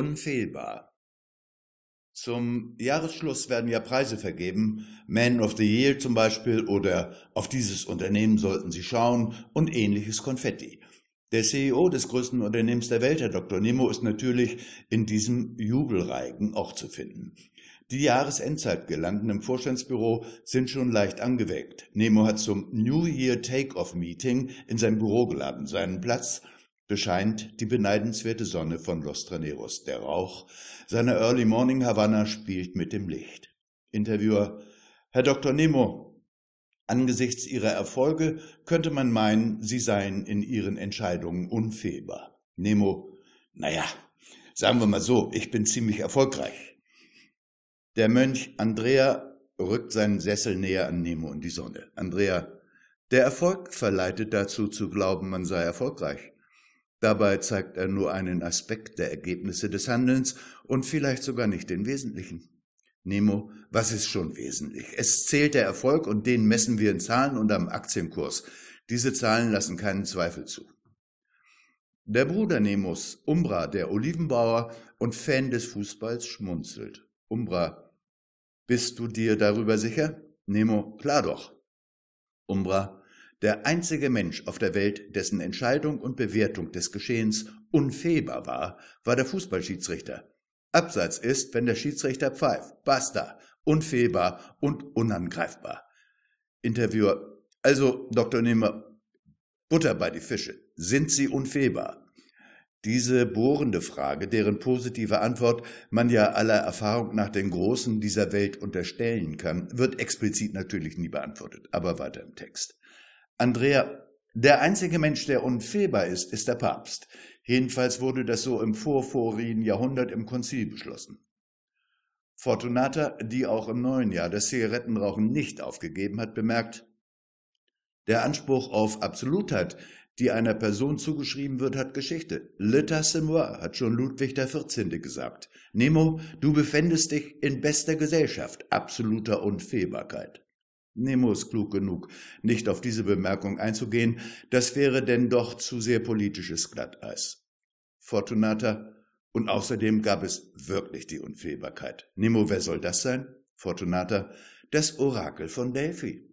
Unfehlbar. Zum Jahresschluss werden ja Preise vergeben, Man of the Year zum Beispiel oder Auf dieses Unternehmen sollten Sie schauen und ähnliches Konfetti. Der CEO des größten Unternehmens der Welt, Herr Dr. Nemo, ist natürlich in diesem Jubelreigen auch zu finden. Die Jahresendzeitgelanden im Vorstandsbüro sind schon leicht angeweckt. Nemo hat zum New Year Take-Off Meeting in sein Büro geladen. Seinen Platz bescheint die beneidenswerte Sonne von Los Traneros. Der Rauch seiner Early Morning Havanna spielt mit dem Licht. Interviewer: Herr Dr. Nemo, angesichts Ihrer Erfolge könnte man meinen, Sie seien in Ihren Entscheidungen unfehlbar. Nemo: Naja, sagen wir mal so, ich bin ziemlich erfolgreich. Der Mönch Andrea rückt seinen Sessel näher an Nemo und die Sonne. Andrea: Der Erfolg verleitet dazu zu glauben, man sei erfolgreich. Dabei zeigt er nur einen Aspekt der Ergebnisse des Handelns und vielleicht sogar nicht den wesentlichen. Nemo: Was ist schon wesentlich? Es zählt der Erfolg und den messen wir in Zahlen und am Aktienkurs. Diese Zahlen lassen keinen Zweifel zu. Der Bruder Nemos, Umbra, der Olivenbauer und Fan des Fußballs, schmunzelt. Umbra: Bist du dir darüber sicher? Nemo: Klar doch. Umbra: Der einzige Mensch auf der Welt, dessen Entscheidung und Bewertung des Geschehens unfehlbar war der Fußballschiedsrichter. Abseits ist, wenn der Schiedsrichter pfeift. Basta. Unfehlbar und unangreifbar. Interviewer: Also, Dr. Nemo, Butter bei die Fische. Sind Sie unfehlbar? Diese bohrende Frage, deren positive Antwort man ja aller Erfahrung nach den Großen dieser Welt unterstellen kann, wird explizit natürlich nie beantwortet. Aber weiter im Text. Andrea: Der einzige Mensch, der unfehlbar ist, ist der Papst. Jedenfalls wurde das so im vorvorigen Jahrhundert im Konzil beschlossen. Fortunata, die auch im neuen Jahr das Zigarettenrauchen nicht aufgegeben hat, bemerkt: Der Anspruch auf Absolutheit, die einer Person zugeschrieben wird, hat Geschichte. L'état c'est moi, hat schon Ludwig XIV. Gesagt. Nemo, du befändest dich in bester Gesellschaft, absoluter Unfehlbarkeit. Nemo ist klug genug, nicht auf diese Bemerkung einzugehen, das wäre denn doch zu sehr politisches Glatteis. Fortunata: Und außerdem gab es wirklich die Unfehlbarkeit. Nemo: Wer soll das sein? Fortunata: Das Orakel von Delphi.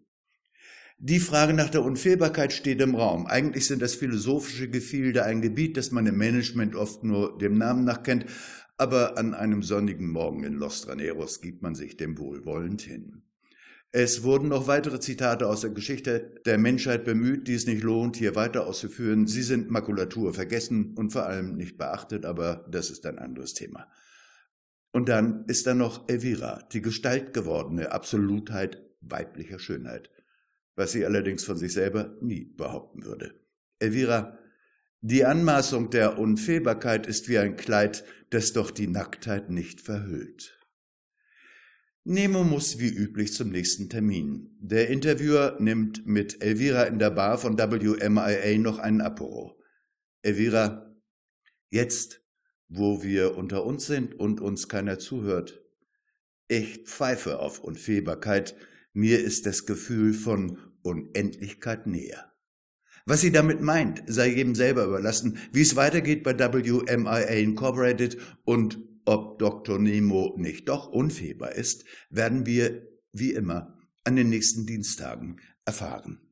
Die Frage nach der Unfehlbarkeit steht im Raum. Eigentlich sind das philosophische Gefilde ein Gebiet, das man im Management oft nur dem Namen nach kennt, aber an einem sonnigen Morgen in Los Traneros gibt man sich dem wohlwollend hin. Es wurden noch weitere Zitate aus der Geschichte der Menschheit bemüht, die es nicht lohnt, hier weiter auszuführen. Sie sind Makulatur, vergessen und vor allem nicht beachtet, aber das ist ein anderes Thema. Und dann ist da noch Elvira, die gestaltgewordene Absolutheit weiblicher Schönheit, was sie allerdings von sich selber nie behaupten würde. Elvira: Die Anmaßung der Unfehlbarkeit ist wie ein Kleid, das doch die Nacktheit nicht verhüllt. Nemo muss wie üblich zum nächsten Termin. Der Interviewer nimmt mit Elvira in der Bar von WMIA noch einen Apero. Elvira: Jetzt, wo wir unter uns sind und uns keiner zuhört. Ich pfeife auf Unfehlbarkeit. Mir ist das Gefühl von Unendlichkeit näher. Was sie damit meint, sei jedem selber überlassen. Wie es weitergeht bei WMIA Incorporated und ob Dr. Nemo nicht doch unfehlbar ist, werden wir, wie immer, an den nächsten Dienstagen erfahren.